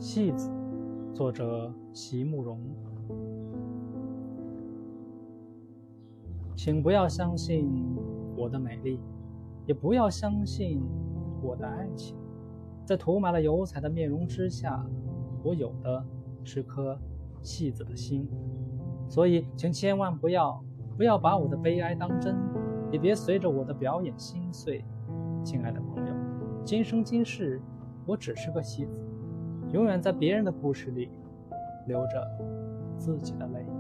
戏子，作者席慕容。请不要相信我的美丽，也不要相信我的爱情。在涂满了油彩的面容之下，我有的是颗戏子的心。所以请千万不要把我的悲哀当真，也别随着我的表演心碎。亲爱的朋友，今生今世，我只是个戏子，永远在别人的故事里流着自己的泪。